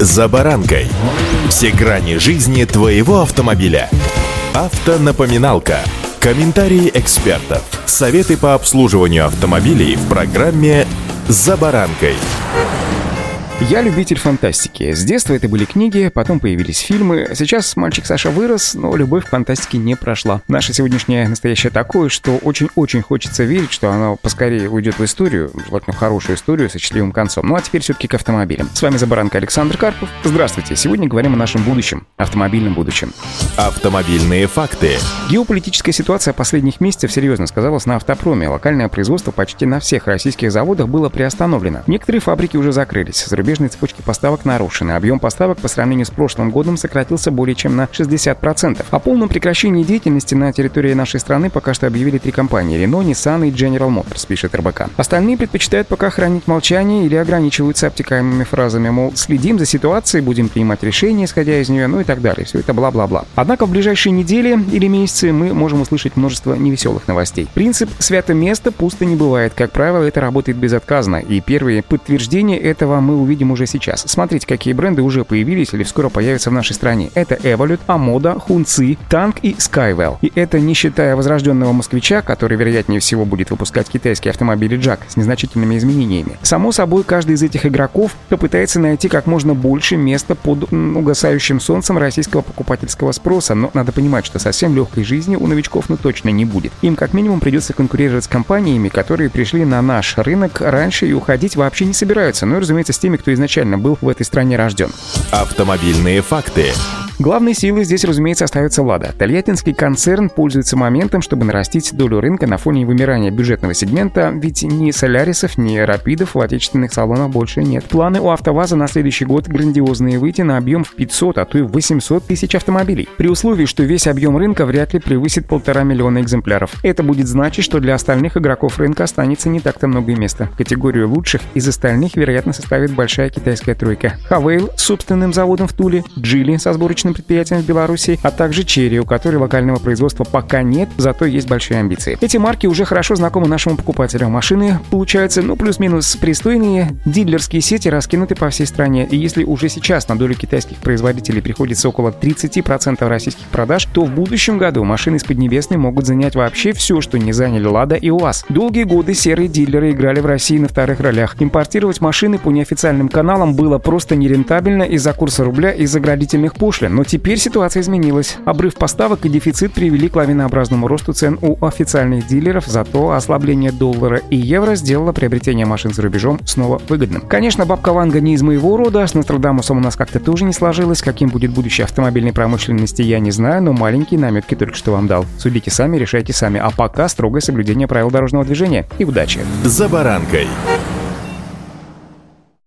«За баранкой». Все грани жизни твоего автомобиля. Автонапоминалка. Комментарии экспертов. Советы по обслуживанию автомобилей в программе «За баранкой». Я любитель фантастики. С детства это были книги, потом появились фильмы. Сейчас мальчик Саша вырос, но любовь к фантастике не прошла. Наше сегодняшнее настоящее такое, что очень-очень хочется верить, что оно поскорее уйдет в историю, желательно в хорошую историю со счастливым концом. Ну а теперь все-таки к автомобилям. С вами «За баранкой» Александр Карпов. Здравствуйте. Сегодня говорим о нашем будущем, автомобильном будущем. Автомобильные факты. Геополитическая ситуация последних месяцев серьезно сказалась на автопроме. Локальное производство почти на всех российских заводах было приостановлено. Некоторые фабрики уже закрылись. Зарубежные цепочки поставок нарушены. Объем поставок по сравнению с прошлым годом сократился более чем на 60%. О полном прекращении деятельности на территории нашей страны пока что объявили 3 компании: Renault, Nissan и General Motors, пишет РБК. Остальные предпочитают пока хранить молчание или ограничиваются обтекаемыми фразами, мол, следим за ситуацией, будем принимать решения, исходя из нее, ну и так далее. Все это бла-бла-бла. Однако в ближайшие недели или месяцы мы можем услышать множество невеселых новостей. Принцип «свято место пусто не бывает». Как правило, это работает безотказно, и первые подтверждения этого мы увидим уже сейчас. Смотрите, какие бренды уже появились или скоро появятся в нашей стране. Это Evolute, Amoda, Хунци, Танк и Skywell. И это не считая возрожденного москвича, который, вероятнее всего, будет выпускать китайские автомобили JAC с незначительными изменениями. Само собой, каждый из этих игроков попытается найти как можно больше места под угасающим солнцем российского покупательского спроса, но надо понимать, что совсем легкой жизни у новичков точно не будет. Им как минимум придется конкурировать с компаниями, которые пришли на наш рынок раньше и уходить вообще не собираются. Ну и, разумеется, с теми, кто изначально был в этой стране рожден. Автомобильные факты. Главной силой здесь, разумеется, остается «Лада». Тольяттинский концерн пользуется моментом, чтобы нарастить долю рынка на фоне вымирания бюджетного сегмента, ведь ни «Солярисов», ни «Рапидов» в отечественных салонах больше нет. Планы у «АвтоВАЗа» на следующий год грандиозные: выйти на объем в 500, а то и 800 тысяч автомобилей. При условии, что весь объем рынка вряд ли превысит 1,5 миллиона экземпляров. Это будет значить, что для остальных игроков рынка останется не так-то много места. Категорию лучших из остальных, вероятно, составит большая китайская тройка: Хавейл с собственным заводом в Туле, Джили со сборочным предприятием в Беларуси, а также Chery, у которой локального производства пока нет, зато есть большие амбиции. Эти марки уже хорошо знакомы нашему покупателю. Машины получаются, плюс-минус пристойные, дилерские сети раскинуты по всей стране, и если уже сейчас на долю китайских производителей приходится около 30% российских продаж, то в будущем году машины из Поднебесной могут занять вообще все, что не заняли Лада и УАЗ. Долгие годы серые дилеры играли в России на вторых ролях. Импортировать машины по неофициальным каналам было просто нерентабельно из-за курса рубля и заградительных пошлин. Но теперь ситуация изменилась. Обрыв поставок и дефицит привели к лавинообразному росту цен у официальных дилеров, зато ослабление доллара и евро сделало приобретение машин за рубежом снова выгодным. Конечно, бабка Ванга не из моего рода, с Нострадамусом у нас как-то тоже не сложилось. Каким будет будущее автомобильной промышленности, я не знаю, но маленькие наметки только что вам дал. Судите сами, решайте сами. А пока строгое соблюдение правил дорожного движения. И удачи! «За баранкой».